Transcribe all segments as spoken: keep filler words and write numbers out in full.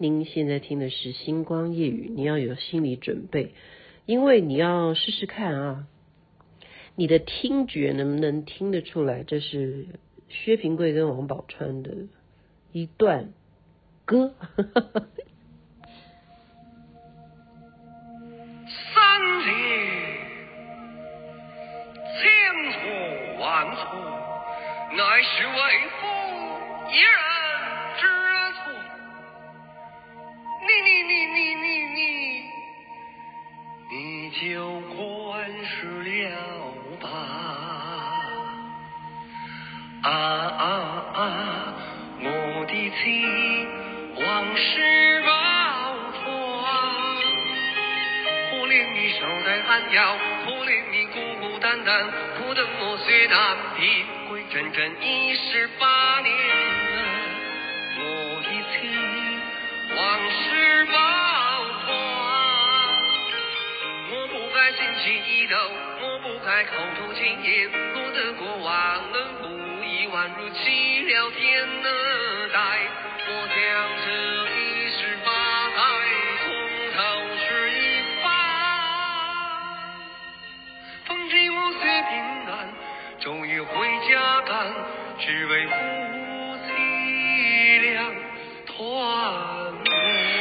您现在听的是星光夜语，你要有心理准备，因为你要试试看啊，你的听觉能不能听得出来，这是薛平贵跟王宝钏的一段歌。 三年千错万错，乃是为父一人之错。你你你你你你你就关是了吧。啊啊啊，我的情往事报传，可怜你手带寒窑，可怜你孤孤单单，苦等我雪胆皮，归整整一十八年。我的情往事报传，我不该心情意动，我不该口吐情言，我的过往能不已宛如弃了天的待，我将这一十八载从头试一番。风起我虽平淡，终于回家赶，只为夫妻俩团圆。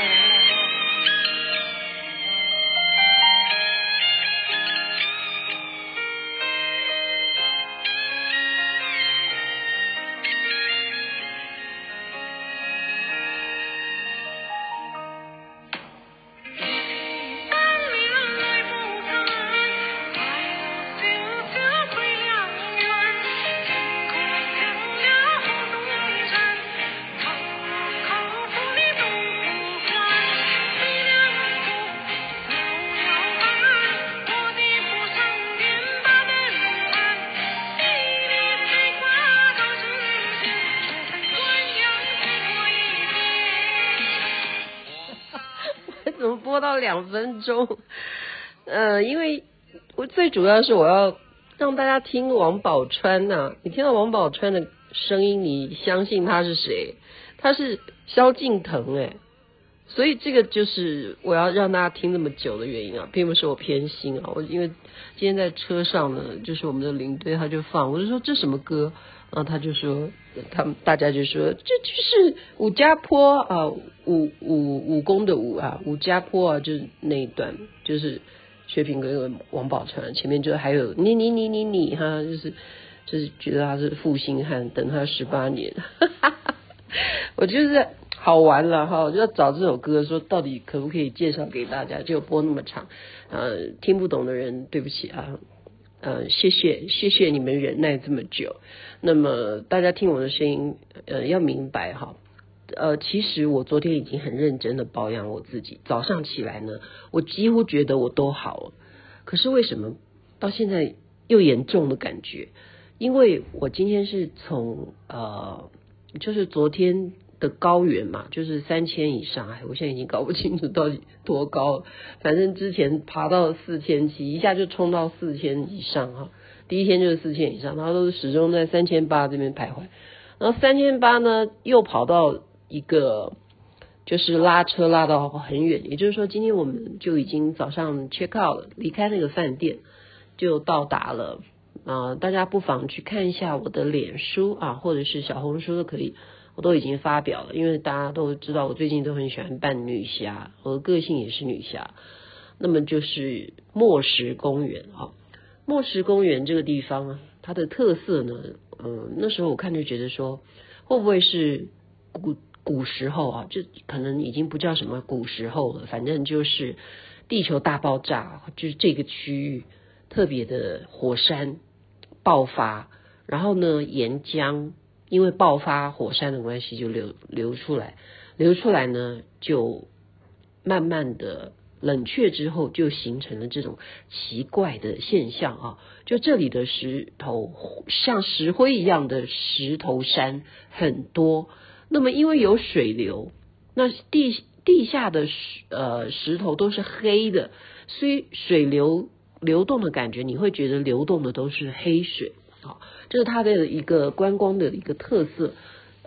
怎么播到两分钟？呃，因为我最主要是我要让大家听王宝钏呐、啊。你听到王宝钏的声音，你相信他是谁？他是萧敬腾哎，所以这个就是我要让大家听那么久的原因啊，并不是我偏心啊。我因为今天在车上呢，就是我们的领队他就放，我就说这什么歌，然后他就说，他们大家就说这就是武家坡啊，武武武功的武啊，武家坡啊，就是那一段，就是薛平贵跟王宝钏，前面就还有你你你你你哈，就是就是觉得他是负心汉，等他十八年，我就是好玩了哈，我就要找这首歌，说到底可不可以介绍给大家，就播那么长，呃，听不懂的人对不起啊。呃，谢谢谢谢你们忍耐这么久。那么大家听我的声音，呃，要明白哈，呃，其实我昨天已经很认真的保养我自己，早上起来呢，我几乎觉得我都好了，可是为什么到现在又严重的感觉？因为我今天是从呃，就是昨天的高原嘛，就是三千以上，哎，我现在已经搞不清楚到底多高了，反正之前爬到四千七，一下就冲到四千以上哈。第一天就是四千以上，然后都是始终在三千八这边徘徊，然后三千八呢又跑到一个就是拉车拉到很远，也就是说今天我们就已经早上 check out 了，离开那个饭店就到达了。呃，大家不妨去看一下我的脸书啊，或者是小红书都可以，我都已经发表了，因为大家都知道我最近都很喜欢扮女侠，我的个性也是女侠。那么就是墨石公园啊，墨石公园这个地方啊，它的特色呢，嗯，那时候我看就觉得说，会不会是古古时候啊，就可能已经不叫什么古时候了，反正就是地球大爆炸，就是这个区域特别的火山爆发，然后呢，岩浆因为爆发火山的关系就流流出来，流出来呢，就慢慢的冷却之后，就形成了这种奇怪的现象啊！就这里的石头像石灰一样的石头山很多，那么因为有水流，那地地下的石呃石头都是黑的，所以水流流动的感觉，你会觉得流动的都是黑水啊，这是它的一个观光的一个特色。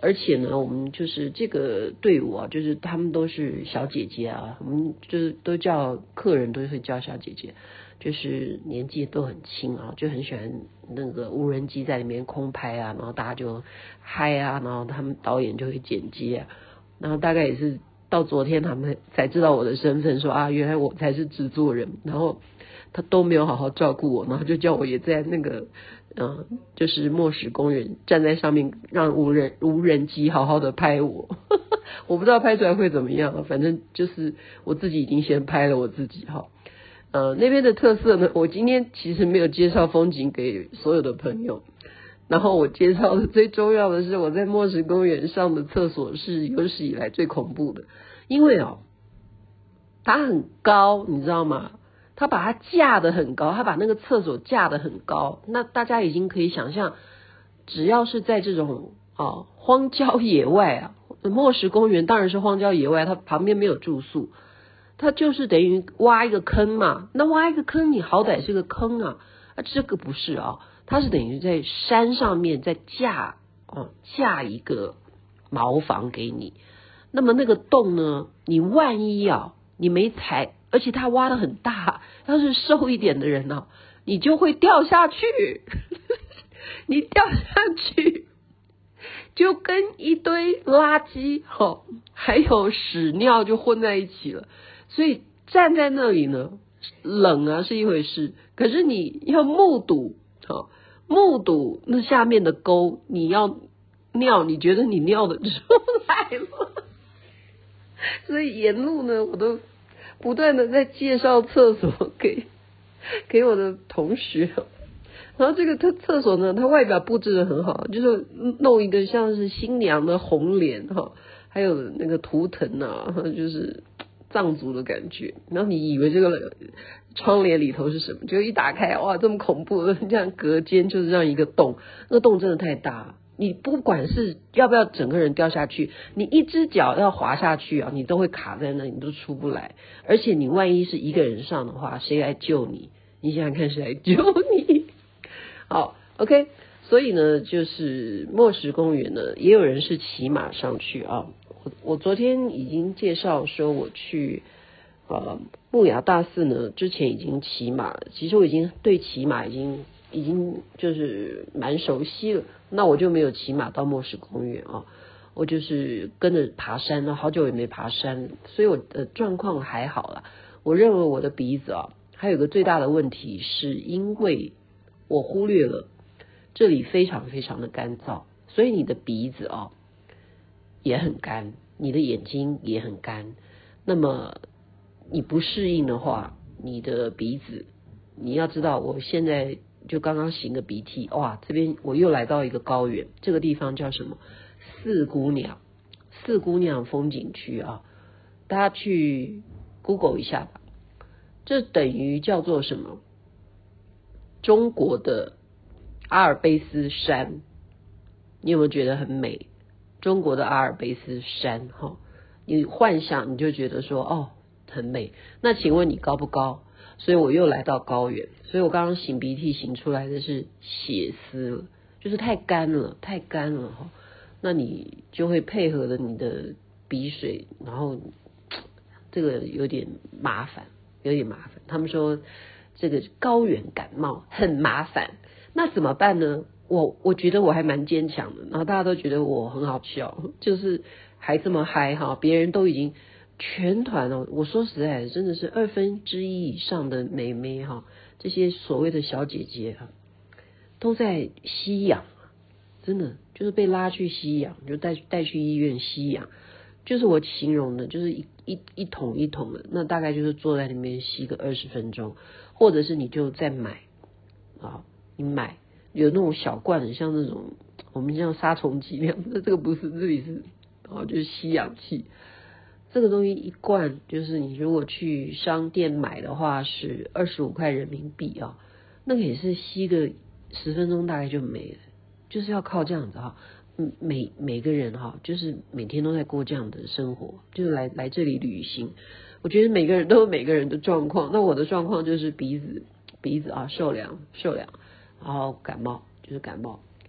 而且呢，我们就是这个队伍啊，就是他们都是小姐姐啊，我们就是都叫客人都会叫小姐姐，就是年纪都很轻啊，就很喜欢那个无人机在里面空拍啊，然后大家就嗨啊，然后他们导演就会剪接啊，然后大概也是到昨天他们才知道我的身份，说啊，原来我才是制作人，然后他都没有好好照顾我，然后就叫我也在那个嗯、呃，就是末石公园站在上面，让无人无人机好好的拍我。我不知道拍出来会怎么样，反正就是我自己已经先拍了我自己哈。呃，那边的特色呢，我今天其实没有介绍风景给所有的朋友，然后我介绍的最重要的是我在末石公园上的厕所是有史以来最恐怖的，因为哦，它很高，你知道吗？他把它架得很高，他把那个厕所架得很高，那大家已经可以想象，只要是在这种哦荒郊野外啊，末石公园当然是荒郊野外，它旁边没有住宿，它就是等于挖一个坑嘛，那挖一个坑你好歹是个坑啊，啊这个不是啊，它是等于在山上面再架哦架一个茅房给你，那么那个洞呢，你万一啊你没踩，而且它挖得很大，要是瘦一点的人呢、啊，你就会掉下去，你掉下去就跟一堆垃圾哦，还有屎尿就混在一起了。所以站在那里呢，冷啊是一回事，可是你要目睹哦，目睹那下面的沟，你要尿，你觉得你尿得出来吗？所以沿路呢，我都不断的在介绍厕所给给我的同学，然后这个厕厕所呢，它外表布置的很好，就是弄一个像是新娘的红脸哈，还有那个图腾啊，就是藏族的感觉。然后你以为这个窗帘里头是什么？就一打开，哇，这么恐怖！这样隔间就是这样一个洞，那个洞真的太大了。你不管是要不要整个人掉下去，你一只脚要滑下去啊，你都会卡在那，你都出不来。而且你万一是一个人上的话，谁来救你？你想想看，谁来救你？好 ，OK。所以呢，就是末石公园呢，也有人是骑马上去啊。我我昨天已经介绍说我去呃木雅大寺呢，之前已经骑马了。其实我已经对骑马已经已经就是蛮熟悉了。那我就没有骑马到末石公园啊，我就是跟着爬山了，好久也没爬山，所以我的状况还好啦。我认为我的鼻子啊，还有个最大的问题，是因为我忽略了这里非常非常的干燥，所以你的鼻子啊也很干，你的眼睛也很干。那么你不适应的话，你的鼻子，你要知道，我现在就刚刚擤个鼻涕，哇，这边我又来到一个高原，这个地方叫什么？四姑娘，四姑娘风景区啊，大家去 Google 一下吧。这等于叫做什么？中国的阿尔卑斯山，你有没有觉得很美？中国的阿尔卑斯山哈，你幻想你就觉得说哦很美。那请问你高不高？所以我又来到高原，所以我刚刚擤鼻涕擤出来的是血丝了，就是太干了，太干了哈。那你就会配合了你的鼻水，然后这个有点麻烦，有点麻烦。他们说这个高原感冒很麻烦，那怎么办呢？我我觉得我还蛮坚强的，然后大家都觉得我很好笑，就是还这么嗨哈，别人都已经全团哦，我说实在的，真的是二分之一以上的妹妹哈，这些所谓的小姐姐哈，都在吸氧，真的就是被拉去吸氧，就带带去医院吸氧，就是我形容的，就是一一一桶一桶的，那大概就是坐在里面吸个二十分钟，或者是你就再买啊，你买。有那种小罐的，像那种我们像杀虫剂那样，那这个不是，这里是哦，就是吸氧气。这个东西一罐，就是你如果去商店买的话是二十五块人民币啊，那个也是吸个十分钟大概就没了，就是要靠这样子哈。每每个人哈，就是每天都在过这样的生活，就是来来这里旅行。我觉得每个人都有每个人的状况，那我的状况就是鼻子鼻子啊受凉受凉。然后感冒就是感冒，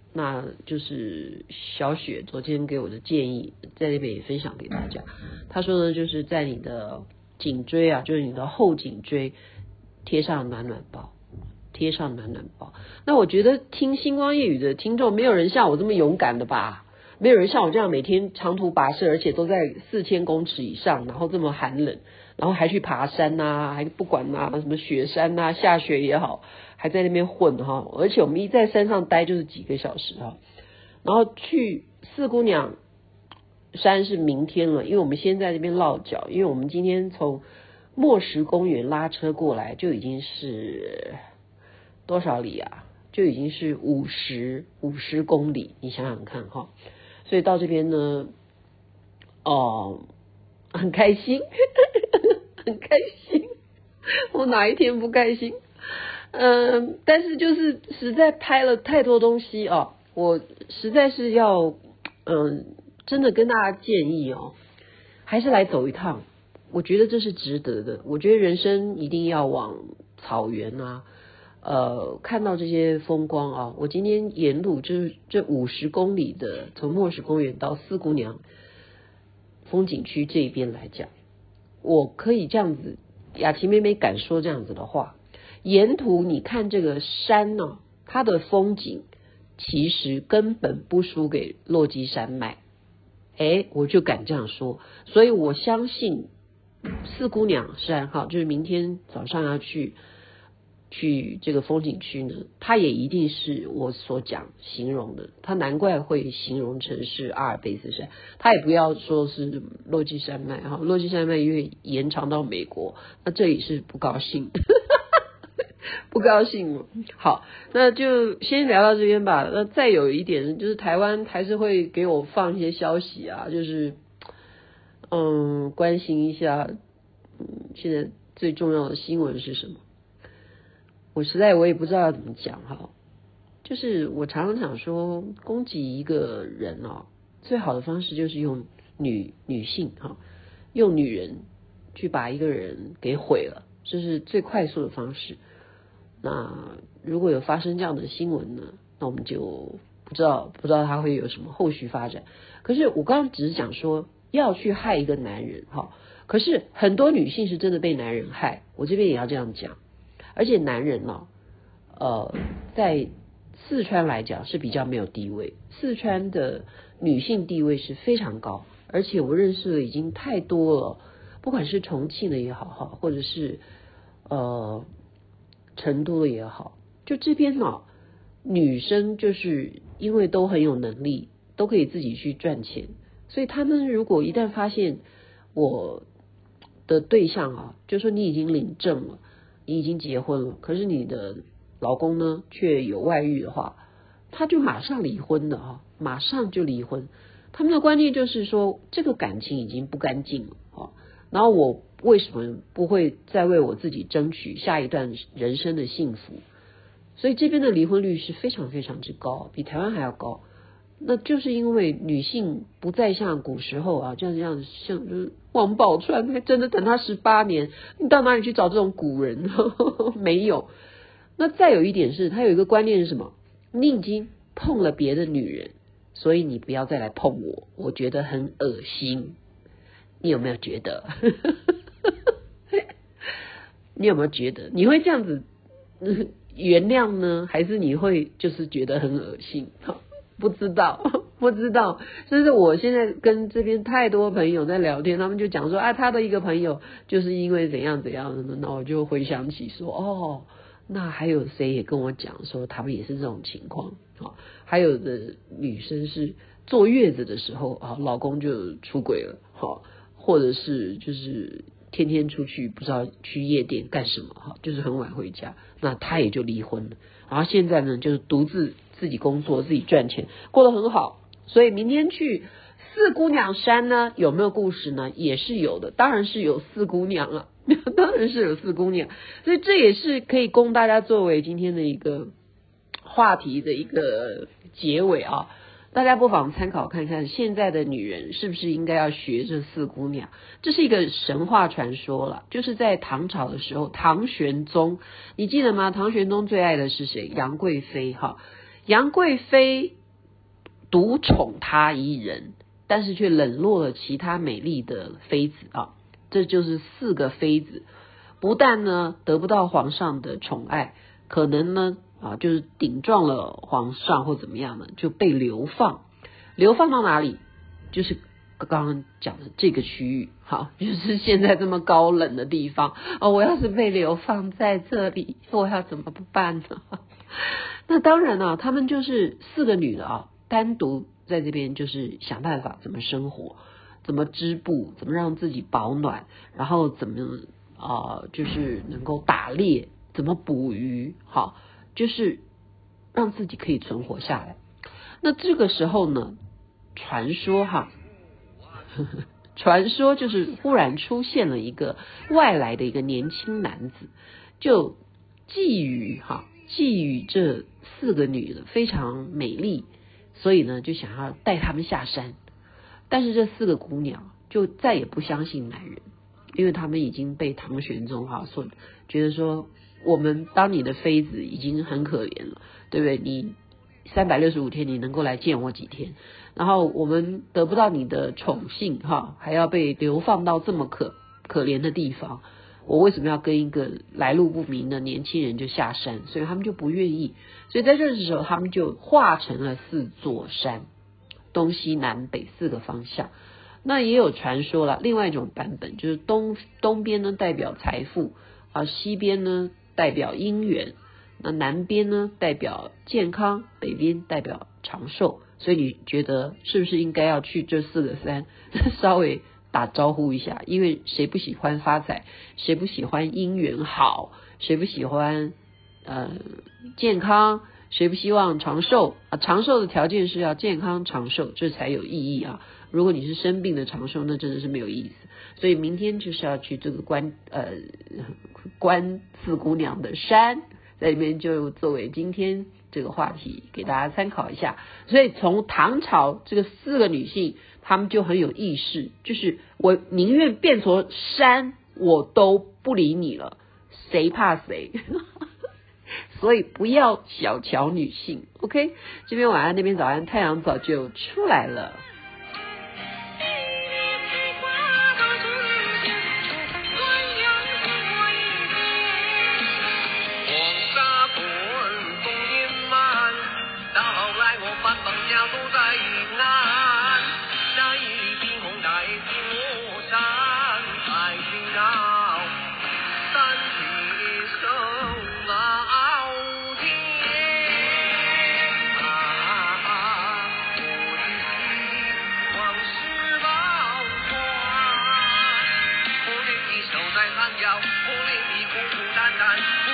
那就是小雪昨天给我的建议，在那边也分享给大家。他说呢，就是在你的颈椎啊，就是你的后颈椎贴上暖暖包，贴上暖暖包。那我觉得听星光夜语的听众，没有人像我这么勇敢的吧？没有人像我这样每天长途跋涉，而且都在四千公尺以上，然后这么寒冷，然后还去爬山啊，还不管啊什么雪山啊，下雪也好，还在那边混哈。而且我们一在山上待就是几个小时哈。然后去四姑娘山是明天了，因为我们先在那边落脚，因为我们今天从墨石公园拉车过来就已经是多少里啊？就已经是五十五十公里，你想想看哈。所以到这边呢，哦，很开心，很开心。我哪一天不开心？嗯，但是就是实在拍了太多东西哦，我实在是要，嗯，真的跟大家建议哦，还是来走一趟。我觉得这是值得的。我觉得人生一定要往草原啊。呃，看到这些风光啊！我今天沿路就是这五十公里的，从墨石公园到四姑娘风景区这一边来讲，我可以这样子，雅琪妹妹敢说这样子的话。沿途你看这个山呢、啊，它的风景其实根本不输给落基山脉，哎，我就敢这样说。所以我相信四姑娘山哈，就是明天早上要去。去这个风景区呢，它也一定是我所讲形容的，它难怪会形容成是阿尔卑斯山，它也不要说是落基山脉哈，落基山脉因为延长到美国，那这里是不高兴，不高兴。好，那就先聊到这边吧。那再有一点就是台湾还是会给我放一些消息啊，就是嗯关心一下，嗯现在最重要的新闻是什么？我实在我也不知道要怎么讲哈，就是我常常想说，攻击一个人哦，最好的方式就是用女女性哈，用女人去把一个人给毁了，这是最快速的方式。那如果有发生这样的新闻呢，那我们就不知道不知道他会有什么后续发展。可是我刚刚只是讲说要去害一个男人哈，可是很多女性是真的被男人害，我这边也要这样讲。而且男人呢、哦，呃，在四川来讲是比较没有地位，四川的女性地位是非常高，而且我认识的已经太多了，不管是重庆的也好哈，或者是呃成都的也好，就这边呢、哦，女生就是因为都很有能力，都可以自己去赚钱，所以他们如果一旦发现我的对象啊，就说你已经领证了。你已经结婚了，可是你的老公呢却有外遇的话，他就马上离婚的哈，马上就离婚。他们的观念就是说，这个感情已经不干净了哈，然后我为什么不会再为我自己争取下一段人生的幸福？所以这边的离婚率是非常非常之高，比台湾还要高。那就是因为女性不再像古时候啊，这样这样像就是王宝钏，还真的等他十八年，你到哪里去找这种古人？没有。那再有一点是，他有一个观念是什么？你已经碰了别的女人，所以你不要再来碰我，我觉得很恶心。你有没有觉得？你有没有觉得你会这样子、嗯、原谅呢？还是你会就是觉得很恶心？不知道，不知道。就是我现在跟这边太多朋友在聊天，他们就讲说啊，他的一个朋友就是因为怎样怎样的，那我就回想起说，哦，那还有谁也跟我讲说，他们也是这种情况啊。还有的女生是坐月子的时候啊，老公就出轨了，好，或者是就是天天出去不知道去夜店干什么哈，就是很晚回家，那他也就离婚了。然后现在呢，就是独自自己工作，自己赚钱，过得很好。所以明天去四姑娘山呢，有没有故事呢？也是有的，当然是有四姑娘了，当然是有四姑娘。所以这也是可以供大家作为今天的一个话题的一个结尾啊。大家不妨参考看看，现在的女人是不是应该要学这四姑娘？这是一个神话传说了，就是在唐朝的时候，唐玄宗，你记得吗？唐玄宗最爱的是谁？杨贵妃哈。杨贵妃独宠他一人，但是却冷落了其他美丽的妃子啊。这就是四个妃子，不但呢得不到皇上的宠爱，可能呢啊就是顶撞了皇上或怎么样呢，就被流放。流放到哪里？就是刚刚讲的这个区域，好，就是现在这么高冷的地方哦。我要是被流放在这里，我要怎么办呢？那当然啊，他们就是四个女的啊，单独在这边就是想办法怎么生活，怎么织布，怎么让自己保暖，然后怎么啊、呃，就是能够打猎，怎么捕鱼，好，就是让自己可以存活下来。那这个时候呢，传说哈，呵呵传说就是忽然出现了一个外来的一个年轻男子，就觊觎哈，觊觎这四个女的非常美丽，所以呢就想要带她们下山。但是这四个姑娘就再也不相信男人，因为他们已经被唐玄宗哈所觉得说，我们当你的妃子已经很可怜了，对不对？你三百六十五天你能够来见我几天？然后我们得不到你的宠幸哈，还要被流放到这么可可怜的地方，我为什么要跟一个来路不明的年轻人就下山？所以他们就不愿意。所以在这时候，他们就化成了四座山，东西南北四个方向。那也有传说了，另外一种版本就是东东边呢代表财富啊，西边呢代表姻缘，那南边呢代表健康，北边代表长寿。所以你觉得是不是应该要去这四个山稍微打招呼一下？因为谁不喜欢发财，谁不喜欢姻缘好，谁不喜欢呃健康，谁不希望长寿啊？长寿的条件是要健康长寿，这才有意义啊！如果你是生病的长寿，那真的是没有意思。所以明天就是要去这个关呃关四姑娘的山，在里面就作为今天这个话题给大家参考一下。所以从唐朝这个四个女性，她们就很有意识，就是我宁愿变成山，我都不理你了，谁怕谁。所以不要小瞧女性 OK， 这边晚安，那边早安，太阳早就出来了。 我令你苦苦单单